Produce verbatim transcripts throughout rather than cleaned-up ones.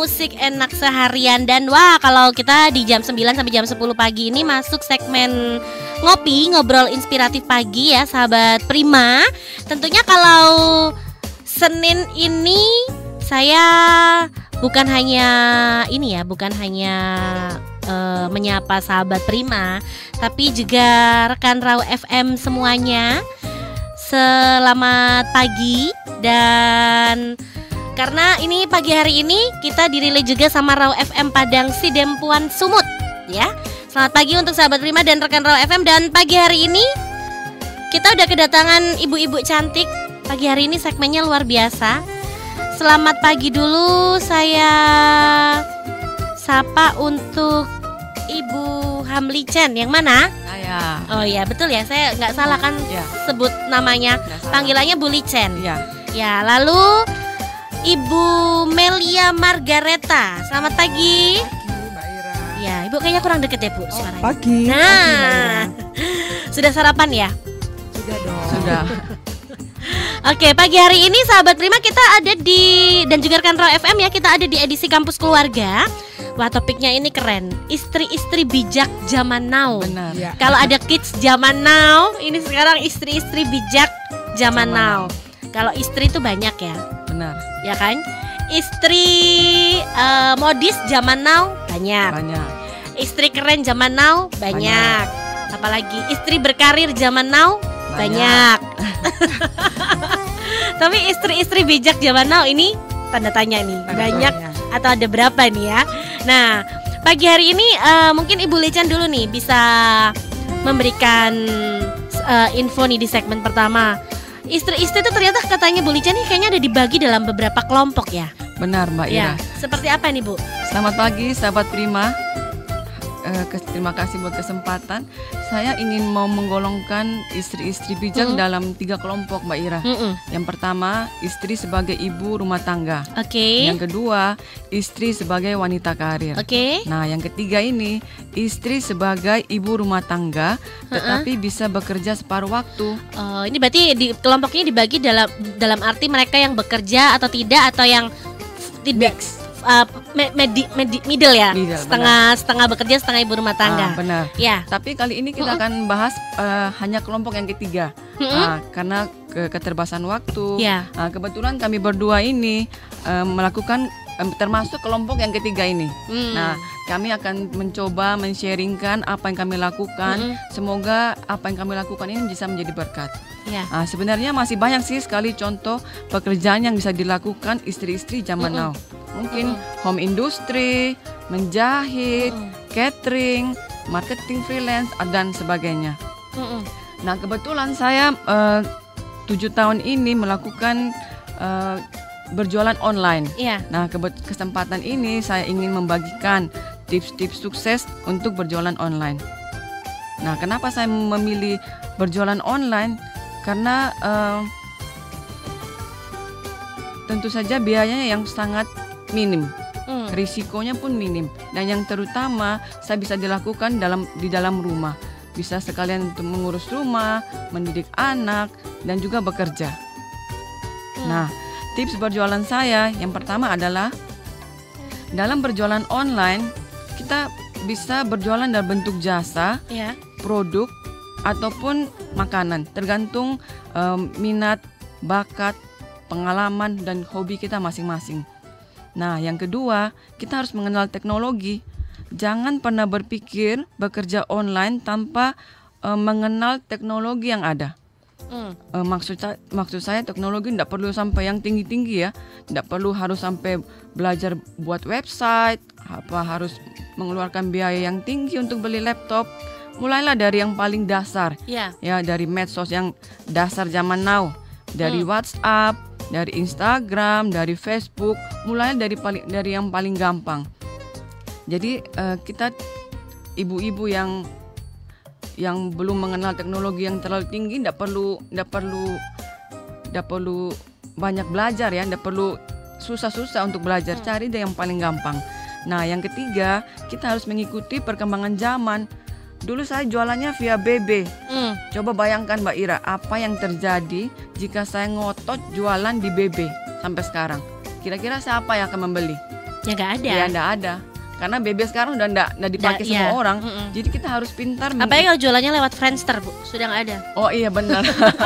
musik enak seharian. Dan wah, kalau kita di jam sembilan sampai jam sepuluh pagi ini masuk segmen ngopi, ngobrol inspiratif pagi ya sahabat Prima. Tentunya kalau Senin ini saya bukan hanya ini ya, bukan hanya uh, menyapa sahabat Prima, tapi juga rekan Raw F M semuanya. Selamat pagi. Dan karena ini pagi hari ini kita dirilis juga sama Raw F M Padang Sidempuan Sumut ya. Selamat pagi untuk sahabat Prima dan rekan Raw F M. Dan pagi hari ini kita udah kedatangan ibu-ibu cantik. Pagi hari ini segmennya luar biasa. Selamat pagi dulu saya sapa untuk Ibu Hamli Chen. Yang mana? Saya. Oh iya betul ya, saya nggak salah kan ya. Sebut namanya. Panggilannya Bu Lichen. Ya. Ya, lalu Ibu Melia Margareta. Selamat pagi. Pagi, Mbak Ira. Ya, Ibu kayaknya kurang deket ya, Bu, suaranya. Oh, pagi. Nah, pagi, sudah sarapan ya? Sudah dong. Sudah. Oke, pagi hari ini sahabat Prima kita ada di, dan juga rekan Raw F M ya, kita ada di edisi Kampus Keluarga. Wah, topiknya ini keren. Istri-istri bijak zaman now. Benar. Ya. Kalau ada kids zaman now, ini sekarang istri-istri bijak zaman, zaman now. now. Kalau istri itu banyak ya. Benar. Ya kan? Istri uh, modis zaman now banyak. Banyak. Istri keren zaman now banyak. banyak. Apalagi istri berkarir zaman now banyak. banyak. Tapi istri-istri bijak zaman now ini tanda tanya nih. Tanda banyak tanya. Atau ada berapa nih ya? Nah, pagi hari ini uh, mungkin Ibu Lichen dulu nih bisa memberikan uh, info nih di segmen pertama. Istri-istri itu ternyata katanya Bu Lichen nih kayaknya ada dibagi dalam beberapa kelompok ya. Benar Mbak Ira. Ya, seperti apa nih Bu? Selamat pagi sahabat Prima. Uh, terima kasih buat kesempatan. Saya ingin mau menggolongkan istri-istri bijak mm-hmm. dalam tiga kelompok Mbak Ira. Mm-hmm. Yang pertama, istri sebagai ibu rumah tangga. Oke. Okay. Yang kedua, istri sebagai wanita karir. Oke. Okay. Nah, yang ketiga ini istri sebagai ibu rumah tangga, tetapi uh-uh. bisa bekerja separuh waktu. Oh, ini berarti di kelompoknya dibagi dalam dalam arti mereka yang bekerja atau tidak, atau yang tidak. Uh, medi, medi, middle ya, middle, setengah benar. setengah bekerja, setengah ibu rumah tangga. Ah, benar. Ya. Tapi kali ini kita uh-uh. akan bahas uh, hanya kelompok yang ketiga, uh-uh. uh, karena ke- keterbatasan waktu. Ya. Uh, kebetulan kami berdua ini uh, melakukan um, termasuk kelompok yang ketiga ini. Hmm. Nah, kami akan mencoba men-sharingkan apa yang kami lakukan. Uh-uh. Semoga apa yang kami lakukan ini bisa menjadi berkat. Ya. Uh, sebenarnya masih banyak sih sekali contoh pekerjaan yang bisa dilakukan istri-istri zaman uh-uh. now. Mungkin uh-uh. home industry, menjahit, uh-uh. catering, marketing freelance, dan sebagainya. Uh-uh. Nah, kebetulan saya uh, tujuh tahun ini melakukan uh, berjualan online. Yeah. Nah, kebet- kesempatan ini saya ingin membagikan tips-tips sukses untuk berjualan online. Nah, kenapa saya memilih berjualan online? Karena uh, tentu saja biayanya yang sangat minim, hmm. risikonya pun minim, dan yang terutama saya bisa dilakukan dalam di dalam rumah, bisa sekalian untuk mengurus rumah, mendidik anak, dan juga bekerja. Hmm. Nah, tips berjualan saya yang pertama adalah dalam berjualan online kita bisa berjualan dalam bentuk jasa, yeah. produk ataupun makanan, tergantung um, minat, bakat, pengalaman, dan hobi kita masing-masing. Nah, yang kedua, kita harus mengenal teknologi. Jangan pernah berpikir bekerja online tanpa uh, mengenal teknologi yang ada. Mm. Uh, maksud, maksud saya teknologi tidak perlu sampai yang tinggi-tinggi ya. Tidak perlu harus sampai belajar buat website, apa harus mengeluarkan biaya yang tinggi untuk beli laptop. Mulailah dari yang paling dasar, yeah. ya dari medsos yang dasar zaman now, dari mm. WhatsApp, dari Instagram, dari Facebook, mulai dari paling dari yang paling gampang. Jadi uh, kita ibu-ibu yang yang belum mengenal teknologi yang terlalu tinggi, tidak perlu tidak perlu tidak perlu banyak belajar ya, tidak perlu susah-susah untuk belajar. Cari deh yang paling gampang. Nah, yang ketiga, kita harus mengikuti perkembangan zaman. Dulu saya jualannya via B B. Mm. Coba bayangkan Mbak Ira, apa yang terjadi jika saya ngotot jualan di B B sampai sekarang. Kira-kira siapa yang akan membeli? Ya nggak ada. Ya nggak ada. Karena B B sekarang udah nggak nggak dipakai Da, semua iya. orang. Mm-mm. Jadi kita harus pintar. Apalagi kalau jualannya lewat Friendster, Bu, sudah nggak ada. Oh iya benar.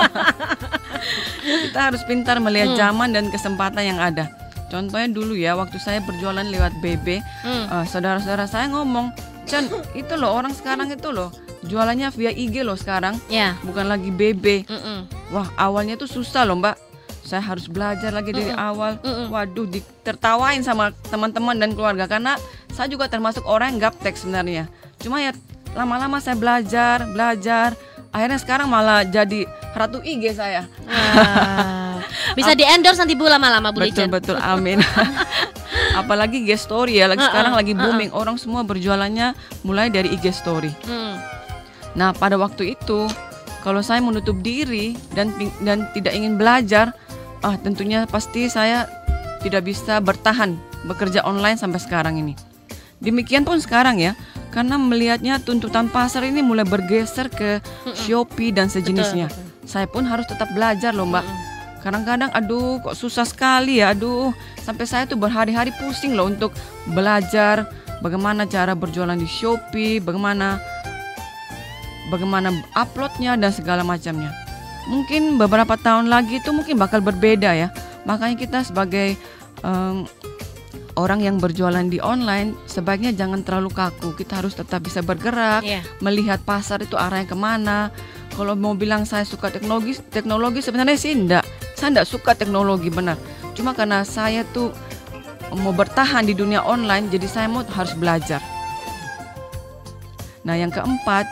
Kita harus pintar melihat Hmm. zaman dan kesempatan yang ada. Contohnya dulu ya, waktu saya berjualan lewat B B, Hmm. eh, saudara-saudara saya ngomong, Chan, itu loh orang sekarang itu loh jualannya via I G loh sekarang, Ya. bukan lagi B B. Mm-mm. Wah awalnya tuh susah loh Mbak. Saya harus belajar lagi dari Mm-mm. awal. Mm-mm. Waduh, ditertawain sama teman-teman dan keluarga karena saya juga termasuk orang yang gaptek sebenarnya. Cuma ya lama-lama saya belajar, belajar. Akhirnya sekarang malah jadi ratu I G saya. Wah. Bisa di endorse nanti Bu lama-lama Bu Betul Licen. betul, amin. Apalagi I G story ya, lagi Uh-uh, sekarang lagi uh-uh. booming. Orang semua berjualannya mulai dari I G story. Hmm. Nah pada waktu itu kalau saya menutup diri dan dan tidak ingin belajar, ah tentunya pasti saya tidak bisa bertahan bekerja online sampai sekarang ini. Demikian pun sekarang ya, karena melihatnya tuntutan pasar ini mulai bergeser ke Shopee dan sejenisnya. Betul, betul. Saya pun harus tetap belajar loh Mbak. Mm-mm. Kadang-kadang aduh kok susah sekali ya, aduh sampai saya tuh berhari-hari pusing loh untuk belajar bagaimana cara berjualan di Shopee, bagaimana bagaimana uploadnya dan segala macamnya. Mungkin beberapa tahun lagi itu mungkin bakal berbeda ya. Makanya kita sebagai um, orang yang berjualan di online sebaiknya jangan terlalu kaku. Kita harus tetap bisa bergerak, Iya. melihat pasar itu arahnya kemana. Kalau mau bilang saya suka teknologi, teknologi sebenarnya sih enggak. Saya enggak suka teknologi benar. Cuma karena saya tuh mau bertahan di dunia online, jadi saya mau harus belajar. Nah yang keempat,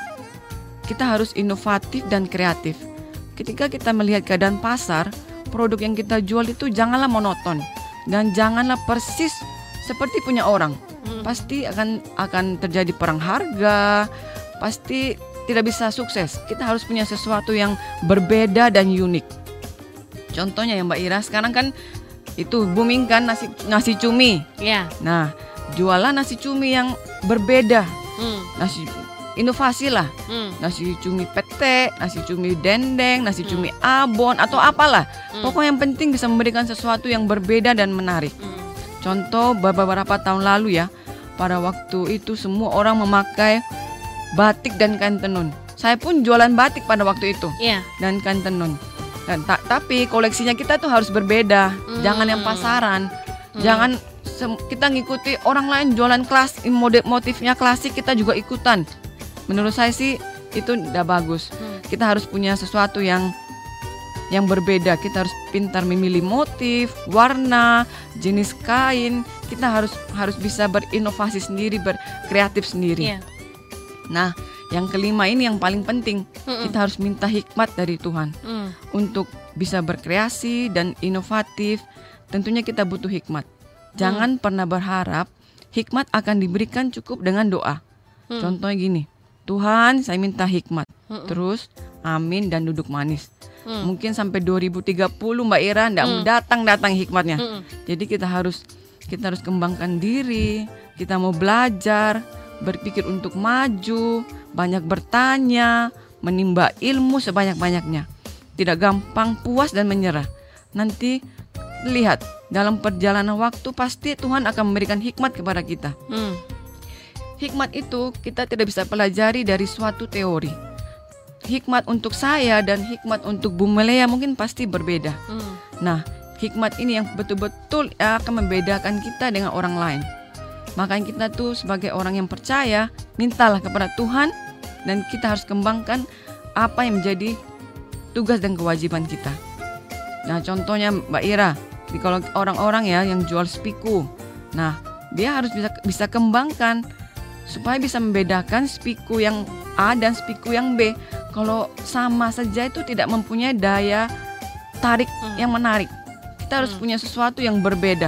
kita harus inovatif dan kreatif. Ketika kita melihat keadaan pasar, produk yang kita jual itu janganlah monoton dan janganlah persis seperti punya orang. Pasti akan akan terjadi perang harga, pasti tidak bisa sukses. Kita harus punya sesuatu yang berbeda dan unik. Contohnya ya Mbak Ira, sekarang kan itu booming kan nasi nasi cumi. Ya. Nah, jualan nasi cumi yang berbeda. Hmm. Nasi inovasi lah. Hmm. Nasi cumi pete, nasi cumi dendeng, nasi cumi abon atau apalah. Hmm. Pokoknya yang penting bisa memberikan sesuatu yang berbeda dan menarik. Hmm. Contoh beberapa tahun lalu ya, pada waktu itu semua orang memakai batik dan kain tenun. Saya pun jualan batik pada waktu itu Iya. dan kain tenun. Dan ta- tapi koleksinya kita tuh harus berbeda. Hmm. Jangan yang pasaran. Jangan sem- kita ngikuti orang lain jualan kelas mode motifnya klasik, kita juga ikutan. Menurut saya sih itu tidak bagus. Hmm. Kita harus punya sesuatu yang yang berbeda. Kita harus pintar memilih motif, warna, jenis kain. Kita harus harus bisa berinovasi sendiri, berkreatif sendiri. Iya. Nah, yang kelima ini yang paling penting. Mm-mm. Kita harus minta hikmat dari Tuhan Hmm. untuk bisa berkreasi dan inovatif. Tentunya kita butuh hikmat. Jangan pernah berharap hikmat akan diberikan cukup dengan doa. Hmm. Contohnya gini, Tuhan saya minta hikmat. Mm-mm. Terus amin dan duduk manis. Hmm. Mungkin sampai dua ribu tiga puluh Mbak Ira enggak Hmm. datang-datang hikmatnya. Mm-mm. Jadi kita harus kita harus kembangkan diri, kita mau belajar, berpikir untuk maju, banyak bertanya, menimba ilmu sebanyak-banyaknya. Tidak gampang puas dan menyerah. Nanti lihat dalam perjalanan waktu pasti Tuhan akan memberikan hikmat kepada kita. Hmm. Hikmat itu kita tidak bisa pelajari dari suatu teori. Hikmat untuk saya dan hikmat untuk Bu Melea mungkin pasti berbeda. Hmm. Nah, hikmat ini yang betul-betul akan membedakan kita dengan orang lain. Makanya kita tuh sebagai orang yang percaya, mintalah kepada Tuhan dan kita harus kembangkan apa yang menjadi tugas dan kewajiban kita. Nah, contohnya Mbak Ira, di kalau orang-orang ya yang jual spiku. Nah, dia harus bisa bisa kembangkan supaya bisa membedakan spiku yang A dan spiku yang B. Kalau sama saja itu tidak mempunyai daya tarik Hmm. yang menarik. Kita harus Hmm. punya sesuatu yang berbeda.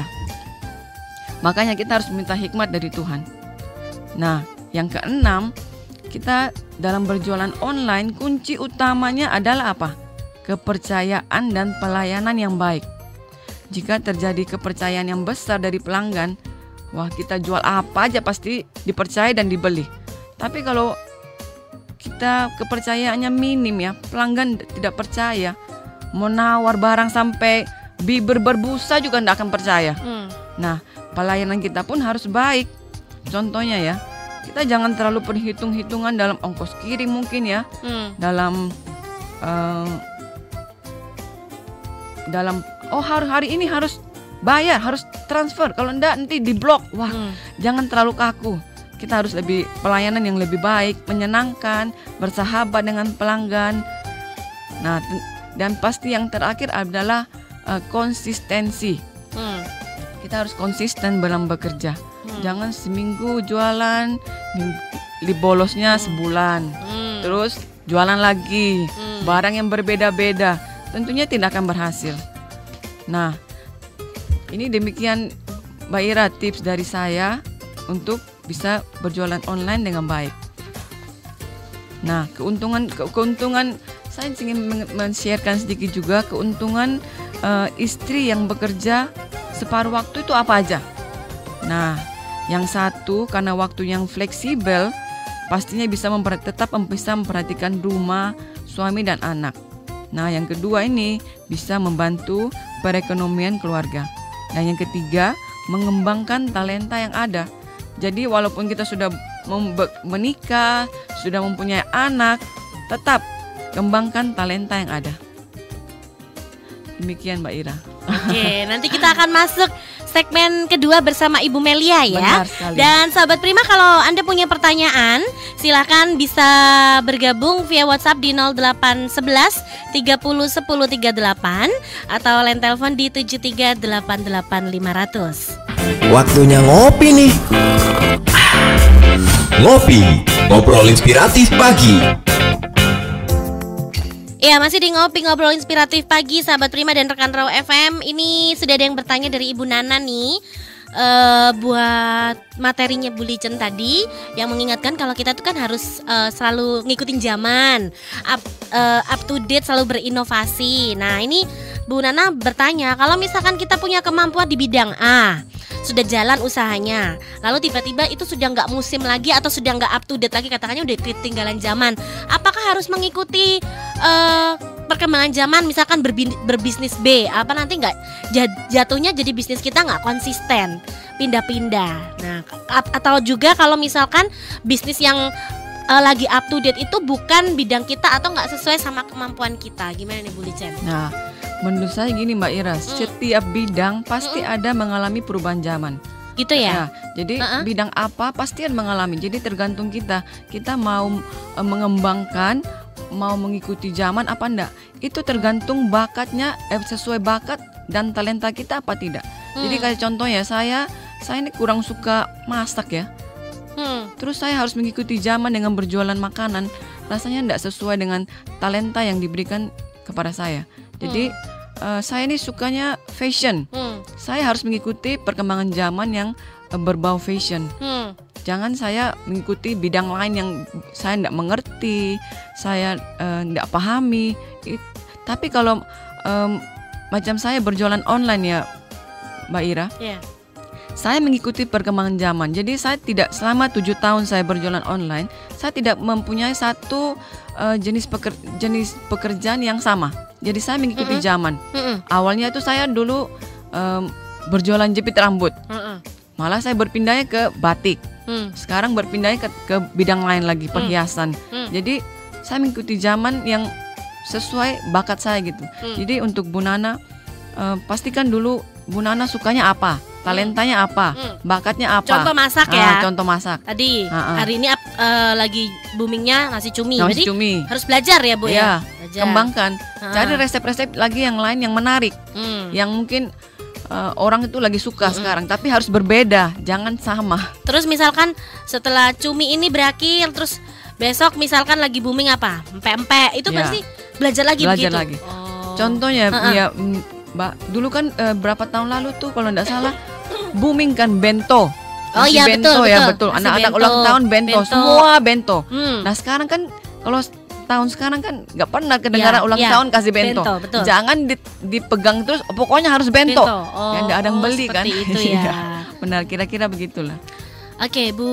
Makanya kita harus minta hikmat dari Tuhan. Nah, yang keenam, kita dalam berjualan online kunci utamanya adalah apa? Kepercayaan dan pelayanan yang baik. Jika terjadi kepercayaan yang besar dari pelanggan, wah kita jual apa aja pasti dipercaya dan dibeli. Tapi kalau kita kepercayaannya minim ya, pelanggan tidak percaya, mau nawar barang sampai bibir berbusa juga tidak akan percaya. Hmm. Nah, pelayanan kita pun harus baik. Contohnya ya, kita jangan terlalu perhitung-hitungan dalam ongkos kirim mungkin ya, hmm. dalam uh, dalam oh hari hari ini harus bayar, harus transfer. Kalau enggak nanti diblok. Wah, hmm. jangan terlalu kaku. Kita harus lebih pelayanan yang lebih baik, menyenangkan, bersahabat dengan pelanggan. Nah, dan pasti yang terakhir adalah uh, konsistensi. Hmm. Kita harus konsisten dalam bekerja. Hmm. Jangan seminggu jualan, bolosnya hmm. sebulan, hmm. terus jualan lagi, hmm. barang yang berbeda-beda, tentunya tidak akan berhasil. Nah, ini demikian Mbak Ira tips dari saya untuk bisa berjualan online dengan baik. Nah, keuntungan keuntungan saya ingin men-sharekan sedikit juga keuntungan uh, istri yang bekerja separuh waktu itu apa aja. Nah, yang satu karena waktu yang fleksibel pastinya bisa memper- tetap bisa memperhatikan rumah, suami dan anak. Nah, yang kedua ini bisa membantu perekonomian keluarga. Dan yang ketiga, mengembangkan talenta yang ada. Jadi walaupun kita sudah membe- menikah, sudah mempunyai anak, tetap kembangkan talenta yang ada. Demikian Mbak Ira. Oke, nanti kita akan masuk segmen kedua bersama Ibu Melia ya. Benar sekali. Dan sahabat Prima, kalau Anda punya pertanyaan, silakan bisa bergabung via WhatsApp di nol delapan satu satu tiga nol satu nol tiga delapan atau line telepon di tujuh tiga delapan delapan lima nol nol. Waktunya ngopi nih. Ngopi, ngobrol inspiratif pagi. Ya, masih di Ngopi Ngobrol Inspiratif Pagi, sahabat Prima dan rekan Raw F M. Ini sudah ada yang bertanya dari Ibu Nana nih, uh, buat materinya Bu Licen tadi, yang mengingatkan kalau kita tuh kan harus uh, selalu ngikutin zaman, up, uh, up to date, selalu berinovasi. Nah, ini Bu Nana bertanya, kalau misalkan kita punya kemampuan di bidang A, sudah jalan usahanya, lalu tiba-tiba itu sudah nggak musim lagi atau sudah nggak up to date lagi, katakannya udah ketinggalan zaman, apakah harus mengikuti uh, perkembangan zaman, misalkan berbi- berbisnis B, apa nanti nggak jatuhnya jadi bisnis kita nggak konsisten, pindah-pindah. Nah, atau juga kalau misalkan bisnis yang uh, lagi up to date itu bukan bidang kita atau nggak sesuai sama kemampuan kita, gimana nih Bu Licen? Nah, menurut saya gini Mbak Ira, mm. setiap bidang pasti mm. ada mengalami perubahan zaman. Gitu ya? Nah, jadi uh-uh. bidang apa pasti ada mengalami. Jadi tergantung kita, kita mau e, mengembangkan, mau mengikuti zaman apa enggak. Itu tergantung bakatnya, eh, sesuai bakat dan talenta kita apa tidak. Mm. Jadi kayak contohnya saya, saya ini kurang suka masak ya. Mm. Terus saya harus mengikuti zaman dengan berjualan makanan. Rasanya enggak sesuai dengan talenta yang diberikan kepada saya. Jadi hmm. uh, saya ini sukanya fashion. Hmm. Saya harus mengikuti perkembangan zaman yang uh, berbau fashion. Hmm. Jangan saya mengikuti bidang lain yang saya tidak mengerti, saya tidak uh, pahami. It, tapi kalau um, macam saya berjualan online ya, Mbak Ira. Yeah. Saya mengikuti perkembangan zaman. Jadi saya tidak, selama tujuh tahun saya berjualan online, saya tidak mempunyai satu uh, jenis peker, jenis pekerjaan yang sama. Jadi saya mengikuti mm-hmm. zaman. Mm-hmm. Awalnya itu saya dulu um, berjualan jepit rambut. Mm-hmm. Malah saya berpindahnya ke batik. Mm. Sekarang berpindahnya ke, ke bidang lain lagi, perhiasan. Mm. Jadi saya mengikuti zaman yang sesuai bakat saya gitu. Mm. Jadi untuk Bu Nana, uh, pastikan dulu Bu Nana sukanya apa, talentanya apa, mm. bakatnya apa. Contoh masak ya. Ah, contoh masak. Tadi ah, ah. hari ini uh, lagi boomingnya nasi cumi. Nasi Jadi cumi. Harus belajar ya Bu ya. Belajar. Kembangkan. Ah. Cari resep-resep lagi yang lain yang menarik, mm. yang mungkin uh, orang itu lagi suka mm-hmm. sekarang, tapi harus berbeda, jangan sama. Terus misalkan setelah cumi ini berakhir, terus besok misalkan lagi booming apa, empek-empek, itu ya. Pasti belajar lagi belajar begitu. lagi. Oh. Contohnya uh-uh. ya, Mbak, dulu kan uh, berapa tahun lalu tuh kalau tidak salah booming kan bento. Oh iya bento, betul, ya betul. betul. Anak-anak ulang tahun bento, bento. Semua bento. Hmm. Nah sekarang kan kalau tahun sekarang kan nggak pernah kedengaran ya, ulang ya. tahun kasih bento. Bento betul. Jangan di, dipegang terus, pokoknya harus bento. bento. Oh, ya nggak ada yang beli oh, kan. Itu ya. Benar, kira-kira begitulah. Oke, Bu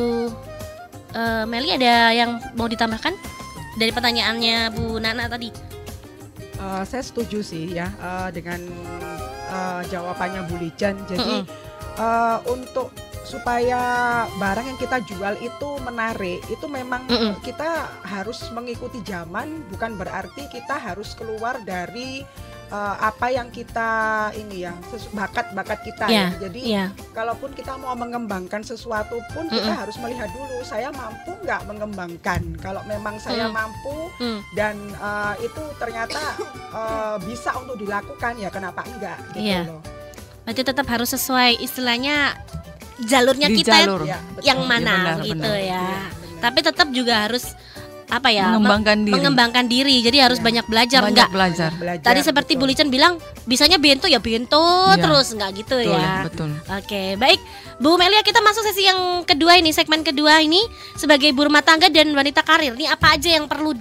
uh, Meli, ada yang mau ditambahkan dari pertanyaannya Bu Nana tadi? Uh, saya setuju sih ya uh, dengan uh, jawabannya Bu Licen. Jadi mm-hmm. uh, untuk supaya barang yang kita jual itu menarik, itu memang Mm-mm. kita harus mengikuti zaman, bukan berarti kita harus keluar dari uh, apa yang kita ini ya, sesu- bakat-bakat kita Ya, ya. Jadi iya. kalaupun kita mau mengembangkan sesuatu pun kita Mm-mm. harus melihat dulu, saya mampu nggak mengembangkan. Kalau memang saya Mm. mampu Mm. dan uh, itu ternyata uh, bisa untuk dilakukan, ya kenapa enggak gitu Iya. loh. Berarti tetap harus sesuai istilahnya jalurnya Di kita jalur. Ya, yang betul. mana Iya, benar, gitu benar. ya. Iya, benar. Tapi tetap juga harus apa ya? Mengembangkan me- diri. Mengembangkan diri. Jadi harus Ya. banyak belajar Banyak enggak? belajar. Banyak belajar, Tadi seperti betul. Bu Licen bilang, bisanya bento ya bento Iya. terus enggak gitu Betul, ya. betul. Oke, baik Bu Melia, kita masuk sesi yang kedua ini, segmen kedua ini sebagai ibu rumah tangga dan wanita karir. Nih apa aja yang perlu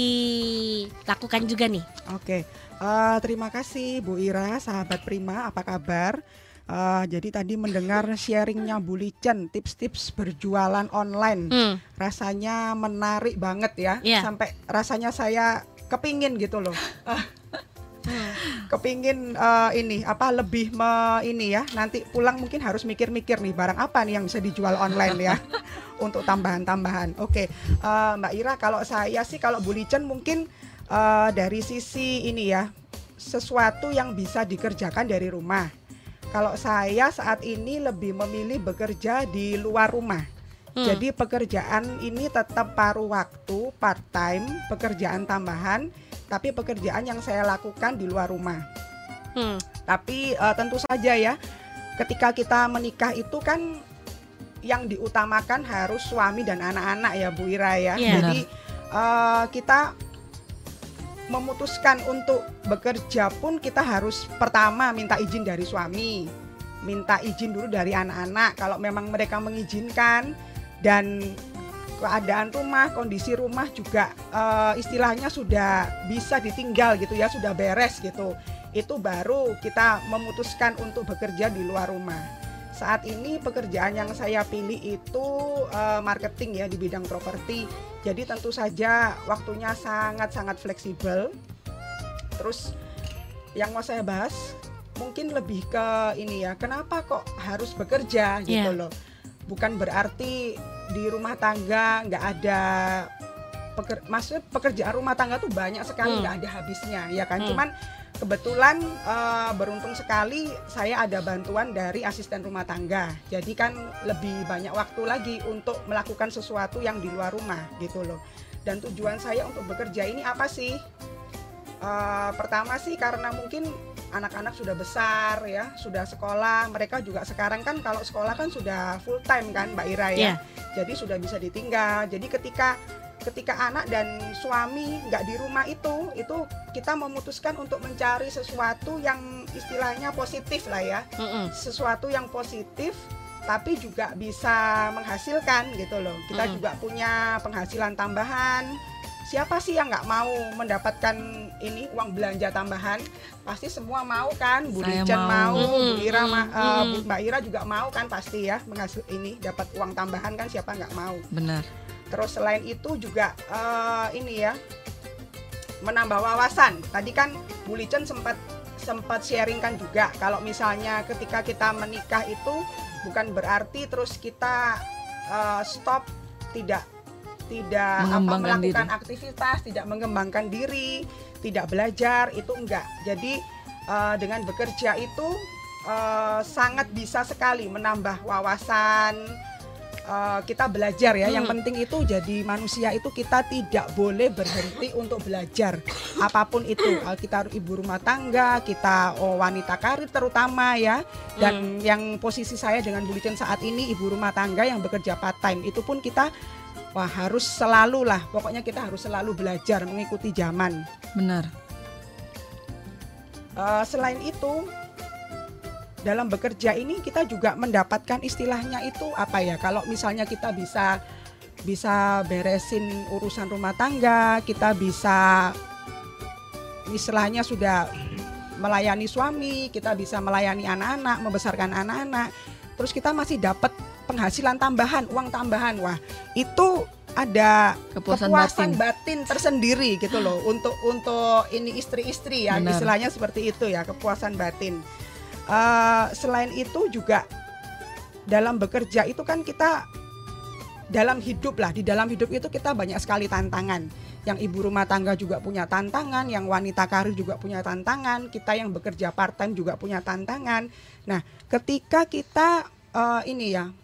dilakukan juga nih? Oke, eh, terima kasih Bu Ira, sahabat Prima, apa kabar? Eh, jadi tadi mendengar sharingnya Bu Licen, tips-tips berjualan online, Hmm. rasanya menarik banget ya, Iya. sampai rasanya saya kepingin gitu loh, Hmm. kepingin eh, ini apa lebih me, ini ya, nanti pulang mungkin harus mikir-mikir nih barang apa nih yang bisa dijual online ya, untuk tambahan-tambahan. Oke, eh, Mbak Ira, kalau saya sih kalau Bu Licen mungkin eh, dari sisi ini ya, sesuatu yang bisa dikerjakan dari rumah. Kalau saya saat ini lebih memilih bekerja di luar rumah. Hmm. Jadi pekerjaan ini tetap paruh waktu, part time, pekerjaan tambahan, tapi pekerjaan yang saya lakukan di luar rumah. Hmm. Tapi eh, tentu saja ya, ketika kita menikah itu kan yang diutamakan harus suami dan anak-anak ya Bu Ira ya. Iya. Jadi eh, kita memutuskan untuk bekerja pun kita harus pertama minta izin dari suami, minta izin dulu dari anak-anak kalau memang mereka mengizinkan, dan keadaan rumah, kondisi rumah juga eh, istilahnya sudah bisa ditinggal gitu ya, sudah beres gitu. Itu baru kita memutuskan untuk bekerja di luar rumah. Saat ini pekerjaan yang saya pilih itu eh, marketing ya, di bidang properti. Jadi tentu saja waktunya sangat-sangat fleksibel. Terus yang mau saya bahas mungkin lebih ke ini ya, kenapa kok harus bekerja gitu Yeah. loh. Bukan berarti di rumah tangga nggak ada peker, maksudnya pekerjaan rumah tangga tuh banyak sekali, Hmm. nggak ada habisnya ya kan. Hmm. Cuman kebetulan eh, beruntung sekali saya ada bantuan dari asisten rumah tangga. Jadi kan lebih banyak waktu lagi untuk melakukan sesuatu yang di luar rumah gitu loh. Dan tujuan saya untuk bekerja ini apa sih? Eh, pertama sih karena mungkin anak-anak sudah besar ya, sudah sekolah. Mereka juga sekarang kan kalau sekolah kan sudah full time kan Mbak Ira ya. Yeah. Jadi sudah bisa ditinggal. Jadi ketika ketika anak dan suami nggak di rumah itu, itu kita memutuskan untuk mencari sesuatu yang istilahnya positif lah ya, Mm-mm. sesuatu yang positif tapi juga bisa menghasilkan gitu loh. Kita Mm. juga punya penghasilan tambahan. Siapa sih yang nggak mau mendapatkan ini uang belanja tambahan? Pasti semua mau kan, Bu Saya Licen mau. mau, Bu Mm, Ira, mm, ma- eh, mm. Bu- Mbak Ira juga mau kan pasti ya, menghasil ini dapat uang tambahan kan, siapa nggak mau? Benar. Terus selain itu juga eh, ini ya, menambah wawasan. Tadi kan Bu Licen sempat sempat sharingkan juga kalau misalnya ketika kita menikah itu bukan berarti terus kita eh, stop, tidak tidak apa, Mengembangkan melakukan diri. aktivitas, tidak mengembangkan diri, tidak belajar, itu enggak. Jadi eh, dengan bekerja itu eh, sangat bisa sekali menambah wawasan. Eh, kita belajar ya. Yang Hmm. penting itu jadi manusia itu kita tidak boleh berhenti untuk belajar apapun itu. Eh, kita ibu rumah tangga, kita oh, wanita karir terutama ya. Dan yang posisi saya dengan Bu Licen saat ini ibu rumah tangga yang bekerja part time, itu pun kita wah harus selalu lah, pokoknya kita harus selalu belajar mengikuti zaman. Benar. Eh, selain itu, dalam bekerja ini kita juga mendapatkan istilahnya itu apa ya? Kalau misalnya kita bisa bisa beresin urusan rumah tangga, kita bisa istilahnya sudah melayani suami, kita bisa melayani anak-anak, membesarkan anak-anak. Terus kita masih dapat penghasilan tambahan, uang tambahan. Wah, itu ada Kepuasan, kepuasan batin. batin tersendiri gitu loh untuk untuk ini istri-istri ya, Benar. istilahnya seperti itu ya, kepuasan batin. Uh, selain itu juga dalam bekerja itu kan kita dalam hidup lah, di dalam hidup itu kita banyak sekali tantangan. Yang ibu rumah tangga juga punya tantangan, yang wanita karir juga punya tantangan, kita yang bekerja part time juga punya tantangan. Nah, ketika kita uh, ini ya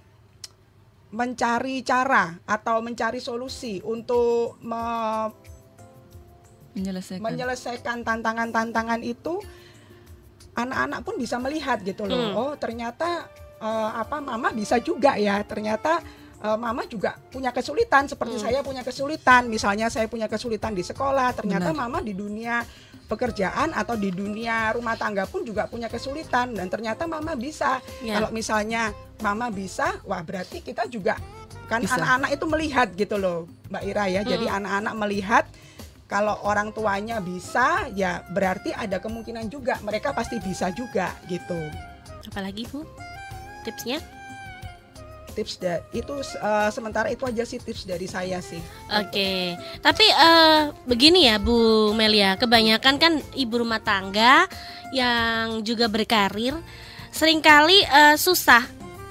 mencari cara atau mencari solusi untuk me- menyelesaikan. menyelesaikan tantangan-tantangan itu, anak-anak pun bisa melihat gitu loh. Hmm. Oh, ternyata uh, apa mama bisa juga ya. Ternyata Uh, mama juga punya kesulitan seperti Hmm. saya punya kesulitan. Misalnya saya punya kesulitan di sekolah, ternyata Benar. mama di dunia pekerjaan atau di dunia rumah tangga pun juga punya kesulitan, dan ternyata mama bisa. Ya. Kalau misalnya mama bisa, wah berarti kita juga kan. Bisa. Anak-anak itu melihat gitu loh Mbak Ira ya. Jadi Hmm. anak-anak melihat kalau orang tuanya bisa, ya berarti ada kemungkinan juga mereka pasti bisa juga gitu. Apalagi Bu tipsnya? Tips da- itu uh, sementara itu aja sih tips dari saya sih. Oke, tapi eh, begini ya Bu Melia, kebanyakan kan ibu rumah tangga yang juga berkarir seringkali eh, susah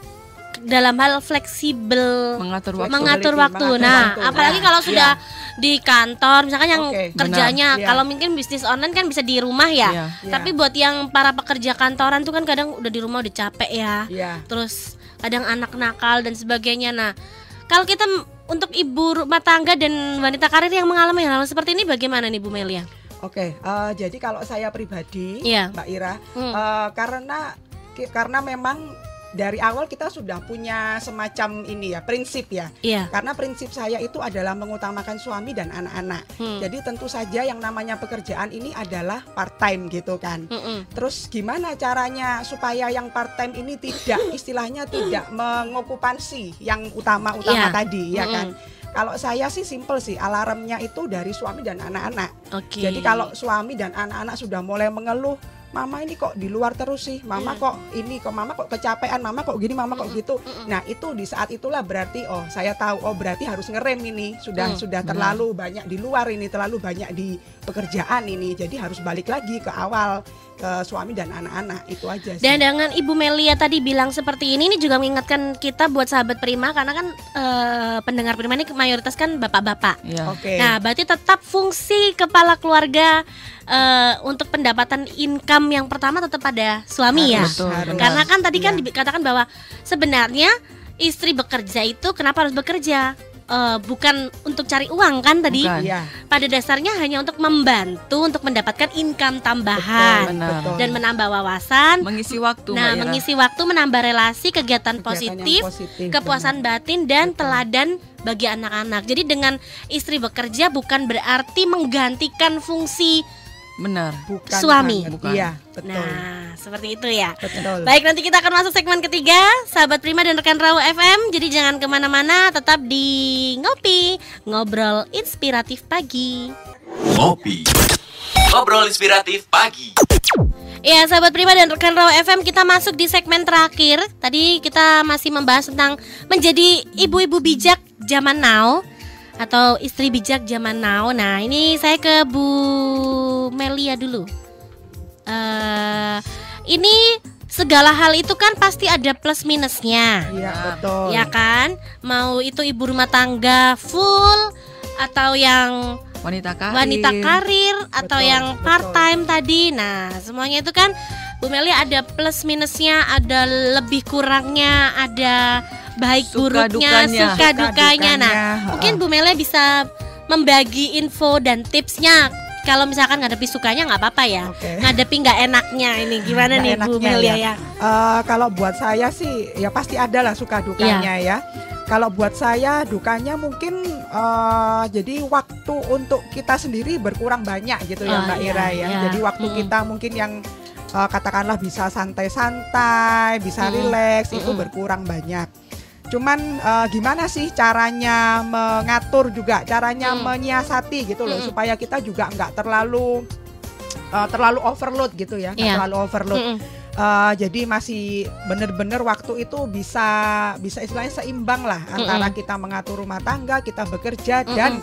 dalam hal fleksibel Mengatur waktu. mengatur Flexibility, waktu. mengatur Nah, waktu. apalagi Nah, kalau sudah di kantor, misalkan yang Oke, kerjanya, benar. Iya. kalau mungkin bisnis online kan bisa di rumah ya. Iya. Iya. Tapi buat yang para pekerja kantoran tuh kan kadang udah di rumah udah capek ya. Iya. Terus kadang anak nakal dan sebagainya. Nah, kalau kita m- untuk ibu rumah tangga dan wanita karir yang mengalami hal seperti ini bagaimana nih Bu Melia? Oke, eh, jadi kalau saya pribadi, Iya. Mbak Ira, Hmm. eh, karena ki- karena memang dari awal kita sudah punya semacam ini ya prinsip ya. Iya. Karena prinsip saya itu adalah mengutamakan suami dan anak-anak. Hmm. Jadi tentu saja yang namanya pekerjaan ini adalah part time gitu kan. Mm-mm. Terus gimana caranya supaya yang part time ini tidak istilahnya tidak mengokupansi yang utama-utama Iya. tadi ya Mm-mm. kan. Kalau saya sih simple sih, alarmnya itu dari suami dan anak-anak. Oke. Jadi kalau suami dan anak-anak sudah mulai mengeluh, mama ini kok di luar terus sih, mama Hmm. kok ini, kok mama kok kecapean, mama kok gini, mama kok Mm-mm. gitu. Mm-mm. Nah itu di saat itulah berarti oh saya tahu, oh berarti harus ngerem ini, sudah Hmm, sudah benar. terlalu banyak di luar ini, terlalu banyak di pekerjaan ini. Jadi harus balik lagi ke awal, ke suami dan anak-anak, itu aja sih. Dan dengan Ibu Melia tadi bilang seperti ini, ini juga mengingatkan kita buat sahabat Prima, karena kan eh, pendengar Prima ini mayoritas kan bapak-bapak. Iya. Oke. Nah, berarti tetap fungsi kepala keluarga eh, untuk pendapatan income yang pertama tetap pada suami ya. Harus, Betul, harus. benar. Karena kan tadi kan Iya. dikatakan bahwa sebenarnya istri bekerja itu kenapa harus bekerja? Eh, bukan untuk cari uang kan tadi. Bukan. Iya, Pada dasarnya hanya untuk membantu untuk mendapatkan income tambahan Benar. betul. dan menambah wawasan. Mengisi waktu, Nah, Mbak Ira. mengisi waktu, menambah relasi, kegiatan, Kegiatan positif, yang positif, kepuasan benar. batin dan Betul. teladan bagi anak-anak. Jadi dengan istri bekerja bukan berarti menggantikan fungsi. Benar. Bukan suami. banget. Bukan. Iya, betul. Nah, seperti itu ya. Betul. Baik, nanti kita akan masuk segmen ketiga, sahabat Prima dan rekan Raw F M. Jadi jangan kemana-mana, tetap di Ngopi, Ngobrol Inspiratif Pagi. Ngopi. Ngobrol inspiratif pagi. Ya, sahabat Prima dan rekan Raw F M, kita masuk di segmen terakhir. Tadi kita masih membahas tentang menjadi ibu-ibu bijak zaman now atau istri bijak zaman now. Nah, ini saya ke Bu Melia dulu. Eh, ini segala hal itu kan pasti ada plus minusnya. Iya, Nah, betul. Ya kan? Mau itu ibu rumah tangga full atau yang Wanita karir. wanita karir atau Betul, yang betul. part time tadi. Nah, semuanya itu kan Bu Melia ada plus minusnya, ada lebih kurangnya, ada baik Suka buruknya, dukanya. suka dukanya. Nah, Dukanya, mungkin heeh. Bu Melia bisa membagi info dan tipsnya. Kalau misalkan ngadepi sukanya nggak apa-apa ya. Oke. Ngadepi nggak enaknya ini gimana Nggak nih Bu enaknya Melia ya. ya? Eh, kalau buat saya sih ya pasti ada lah suka dukanya ya. Kalau buat saya dukanya mungkin eh, jadi waktu untuk kita sendiri berkurang banyak gitu ya Oh, Mbak iya, Ira ya. iya. Jadi waktu Mm-mm. kita mungkin yang eh, katakanlah bisa santai-santai, bisa Mm-mm. rileks itu Mm-mm. berkurang banyak. Cuman eh, gimana sih caranya mengatur juga, caranya Mm. menyiasati gitu loh Mm-mm. supaya kita juga nggak terlalu eh, terlalu overload gitu ya, nggak Iya. terlalu overload. Mm-mm. Uh, jadi masih benar-benar waktu itu bisa bisa istilahnya seimbang lah antara kita mengatur rumah tangga, kita bekerja dan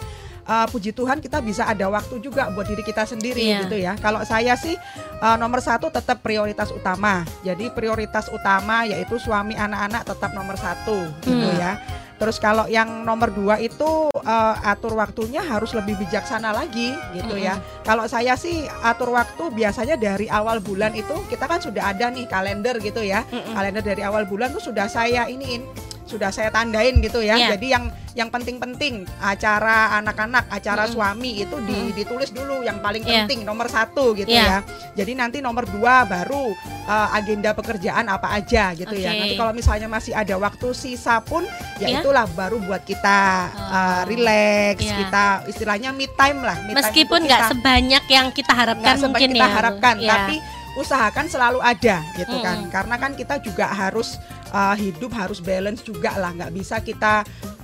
uh, puji Tuhan kita bisa ada waktu juga buat diri kita sendiri Iya. gitu ya. Kalau saya sih uh, nomor satu tetap prioritas utama. Jadi prioritas utama yaitu suami, anak-anak tetap nomor satu gitu Hmm. ya. Terus kalau yang nomor dua itu uh, atur waktunya harus lebih bijaksana lagi gitu ya. Kalau saya sih atur waktu biasanya dari awal bulan itu kita kan sudah ada nih kalender gitu ya. Mm-mm. Kalender dari awal bulan tuh sudah saya iniin, sudah saya tandain gitu ya. Iya. Jadi yang yang penting-penting acara anak-anak, acara Mm-mm. suami itu di- Mm-mm. ditulis dulu yang paling Iya. penting nomor satu gitu Iya. ya. Jadi nanti nomor dua baru uh, agenda pekerjaan apa aja gitu ya. Oke. Nanti kalau misalnya masih ada waktu sisa pun ya Iya. itulah baru buat kita uh, Oh. relax, Iya. kita istilahnya me time lah. Me time Meskipun untuk nggak kita. sebanyak yang kita harapkan Nggak sebanyak mungkin kita ya. Bu. harapkan, Iya. tapi usahakan selalu ada gitu kan. Mm-mm. Karena kan kita juga harus uh, hidup harus balance juga lah, nggak bisa kita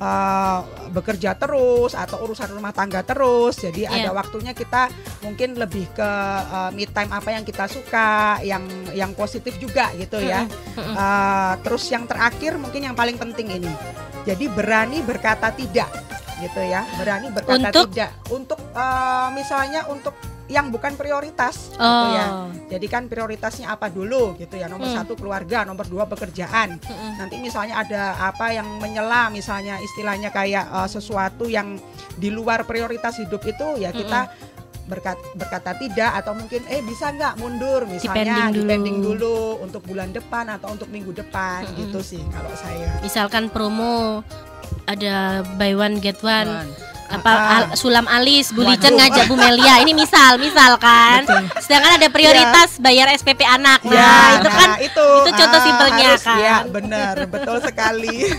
uh, bekerja terus atau urusan rumah tangga terus. Jadi Iya. ada waktunya kita mungkin lebih ke uh, me time apa yang kita suka, yang yang positif juga gitu ya. Mm-mm. Uh, terus yang terakhir mungkin yang paling penting ini. Jadi berani berkata tidak gitu ya. Berani berkata Untuk? tidak untuk uh, misalnya untuk yang bukan prioritas gitu Oh. ya. Jadi kan prioritasnya apa dulu gitu ya. Nomor Hmm. satu keluarga, nomor dua pekerjaan. Mm-mm. Nanti misalnya ada apa yang menyela, misalnya istilahnya kayak uh, sesuatu yang di luar prioritas hidup itu ya kita berkat, berkata tidak atau mungkin eh bisa nggak mundur misalnya Dipending dulu. dipending dulu untuk bulan depan atau untuk minggu depan Mm-mm. gitu sih kalau saya. Misalkan promo ada buy one get one. Wan. Apa Ah. al- sulam alis, Bu Waduh. Licen ngajak Bu Melia. Ini misal, misal kan. Betul. Sedangkan ada prioritas bayar S P P anak. Nah, Ya, itu nah, kan itu, itu contoh ah, simpelnya harus, kan. Ya benar, betul sekali.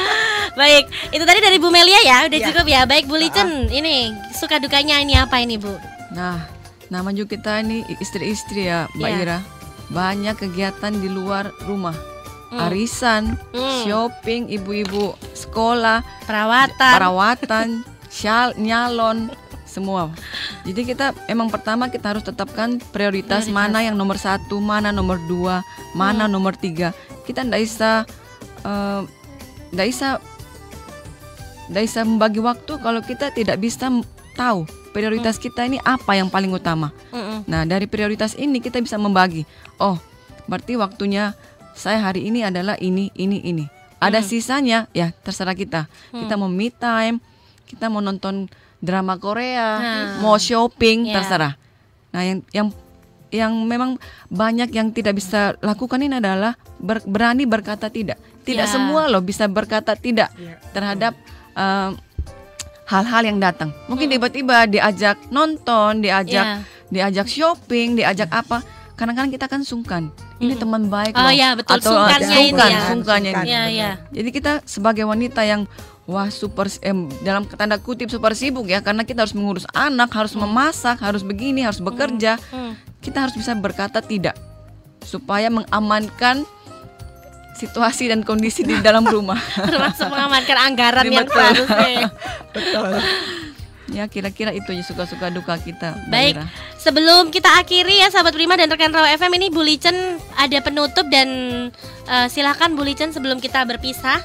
baik. Itu tadi dari Bu Melia ya, udah Ya. cukup ya. Baik Bu Licen, ini suka dukanya ini apa ini Bu? Nah, nama juga kita ini istri-istri ya, Mbak Iya. Ira. Banyak kegiatan di luar rumah. Hmm. Arisan, Hmm. shopping, ibu-ibu sekolah, Perawatan. perawatan, syal, nyalon, semua. Jadi kita emang pertama kita harus tetapkan prioritas, Prioritas. mana yang nomor satu, mana nomor dua, mana nomor tiga. Kita ndak bisa, eh, ndak bisa, ndak bisa membagi waktu kalau kita tidak bisa m- tahu prioritas kita ini apa yang paling utama. Mm-mm. Nah, dari prioritas ini kita bisa membagi. Oh, berarti waktunya saya hari ini adalah ini, ini, ini. Ada sisanya, ya terserah kita. Kita mau me time, kita mau nonton drama Korea, Nah. mau shopping, Ya. terserah. Nah, yang yang yang memang banyak yang tidak bisa lakukan ini adalah ber- berani berkata tidak. Tidak Ya. semua loh bisa berkata tidak Ya. terhadap um, hal-hal yang datang. Mungkin tiba-tiba diajak nonton, diajak Ya. diajak shopping, diajak apa. Kadang-kadang kita kan sungkan. Ini teman baik Oh loh. ya, betul. Atau Sungkannya sungkan, itu ya. sungkannya Sungkan. ini. Iya, iya. Jadi kita sebagai wanita yang wah super eh, dalam tanda kutip super sibuk ya, karena kita harus mengurus anak, harus memasak, harus begini, harus bekerja. Hmm. Kita harus bisa berkata tidak supaya mengamankan situasi dan kondisi di dalam rumah. Termasuk mengamankan anggaran yang Betul. seharusnya. Betul. Ya kira-kira itu ya suka-suka duka kita. Mbak Baik, Ira. sebelum kita akhiri ya sahabat Prima dan rekan Raw F M, ini Bu Licen ada penutup dan eh, silakan Bu Licen sebelum kita berpisah.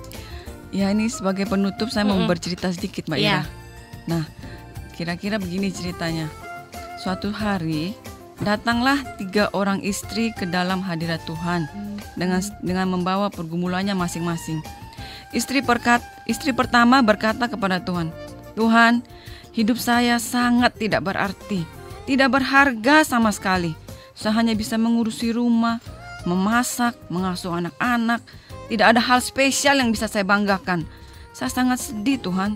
Ya ini sebagai penutup saya mau Mm-mm. bercerita sedikit Mbak Iya. Ira. Nah, kira-kira begini ceritanya. Suatu hari datanglah tiga orang istri ke dalam hadirat Tuhan dengan dengan membawa pergumulannya masing-masing. Istri perkat, istri pertama berkata kepada Tuhan, Tuhan, hidup saya sangat tidak berarti, tidak berharga sama sekali. Saya hanya bisa mengurusi rumah, memasak, mengasuh anak-anak. Tidak ada hal spesial yang bisa saya banggakan. Saya sangat sedih Tuhan.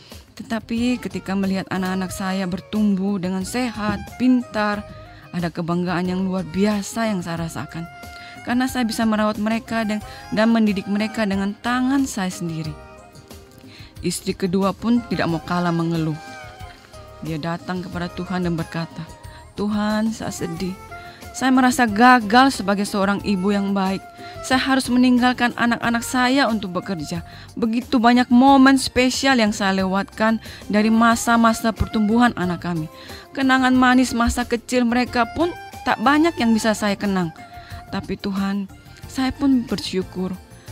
Tetapi ketika melihat anak-anak saya bertumbuh dengan sehat, pintar, ada kebanggaan yang luar biasa yang saya rasakan. Karena saya bisa merawat mereka dan, dan mendidik mereka dengan tangan saya sendiri. Istri kedua pun tidak mau kalah mengeluh. Dia datang kepada Tuhan dan berkata, Tuhan, saya sedih. Saya merasa gagal sebagai seorang ibu yang baik. Saya harus meninggalkan anak-anak saya untuk bekerja. Begitu banyak momen spesial yang saya lewatkan dari masa-masa pertumbuhan anak kami. Kenangan manis masa kecil mereka pun tak banyak yang bisa saya kenang. Tapi Tuhan, saya pun bersyukur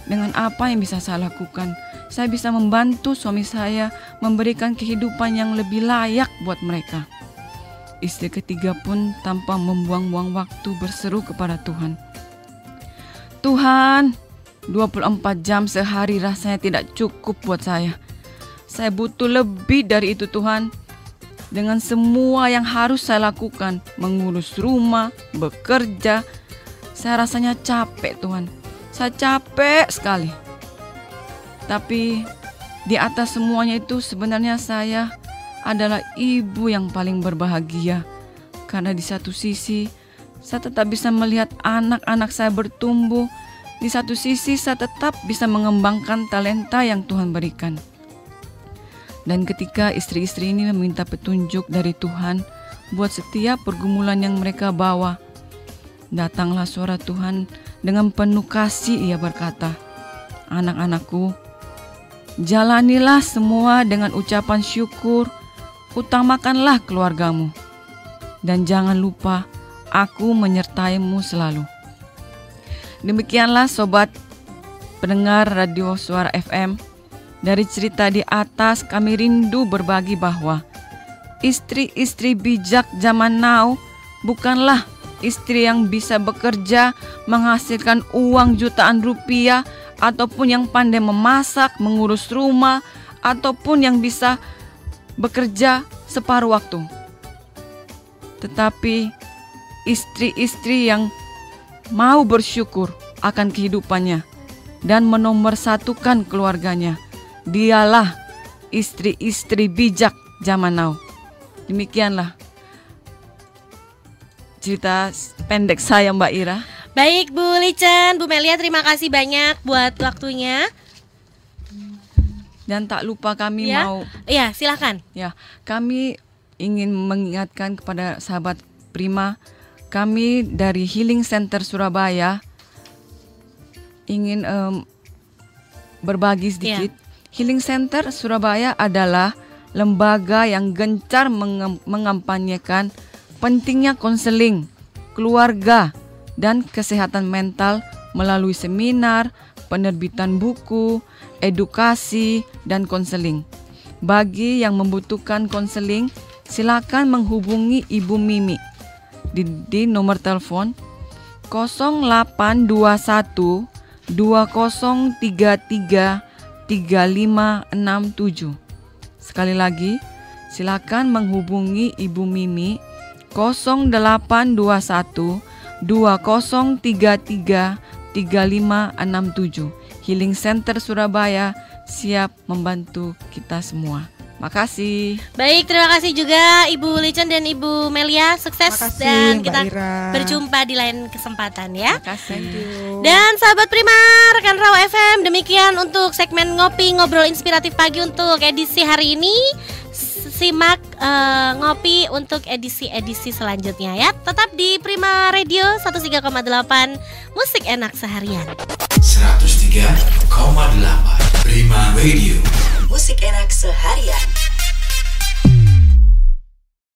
dengan apa yang bisa saya lakukan. Saya bisa membantu suami saya memberikan kehidupan yang lebih layak buat mereka. Istri ketiga pun tanpa membuang-buang waktu berseru kepada Tuhan. Tuhan, dua puluh empat jam sehari rasanya tidak cukup buat saya. Saya butuh lebih dari itu Tuhan. Dengan semua yang harus saya lakukan, mengurus rumah, bekerja, saya rasanya capek Tuhan. Saya capek sekali. Tapi di atas semuanya itu sebenarnya saya adalah ibu yang paling berbahagia. Karena di satu sisi saya tetap bisa melihat anak-anak saya bertumbuh. Di satu sisi saya tetap bisa mengembangkan talenta yang Tuhan berikan. Dan ketika istri-istri ini meminta petunjuk dari Tuhan buat setiap pergumulan yang mereka bawa, datanglah suara Tuhan dengan penuh kasih. Ia berkata, anak-anakku, jalanilah semua dengan ucapan syukur, utamakanlah keluargamu, dan jangan lupa aku menyertaimu selalu. Demikianlah sobat pendengar Radio Suara F M. Dari cerita di atas kami rindu berbagi bahwa istri-istri bijak zaman now bukanlah istri yang bisa bekerja menghasilkan uang jutaan rupiah, ataupun yang pandai memasak, mengurus rumah, ataupun yang bisa bekerja separuh waktu. Tetapi istri-istri yang mau bersyukur akan kehidupannya dan menomorsatukan keluarganya, dialah istri-istri bijak zaman now. Demikianlah cerita pendek saya Mbak Ira. Baik Bu Licen, Bu Melia, terima kasih banyak buat waktunya. Dan tak lupa kami ya? mau Iya, silakan. Ya, kami ingin mengingatkan kepada sahabat Prima, kami dari Healing Center Surabaya ingin um, berbagi sedikit. Ya. Healing Center Surabaya adalah lembaga yang gencar mengem- mengampanyekan pentingnya konseling, keluarga, dan kesehatan mental melalui seminar, penerbitan buku, edukasi, dan konseling. Bagi yang membutuhkan konseling, silakan menghubungi Ibu Mimi di, di nomor telepon nol delapan dua satu dua nol tiga tiga tiga lima enam tujuh. Sekali lagi, silakan menghubungi Ibu Mimi nol delapan dua satu dua nol tiga tiga tiga lima enam tujuh. Healing Center Surabaya siap membantu kita semua. Makasih. Baik, terima kasih juga Ibu Licen dan Ibu Melia. Sukses makasih, dan Mbak kita Ira. berjumpa di lain kesempatan ya. Makasih. Dan sahabat Prima, rekan Raw F M, demikian untuk segmen Ngopi Ngobrol Inspiratif Pagi untuk edisi hari ini. Simak uh, Ngopi untuk edisi-edisi selanjutnya ya. Tetap di Prima Radio seratus tiga koma delapan, musik enak seharian. seratus tiga koma delapan Prima Radio.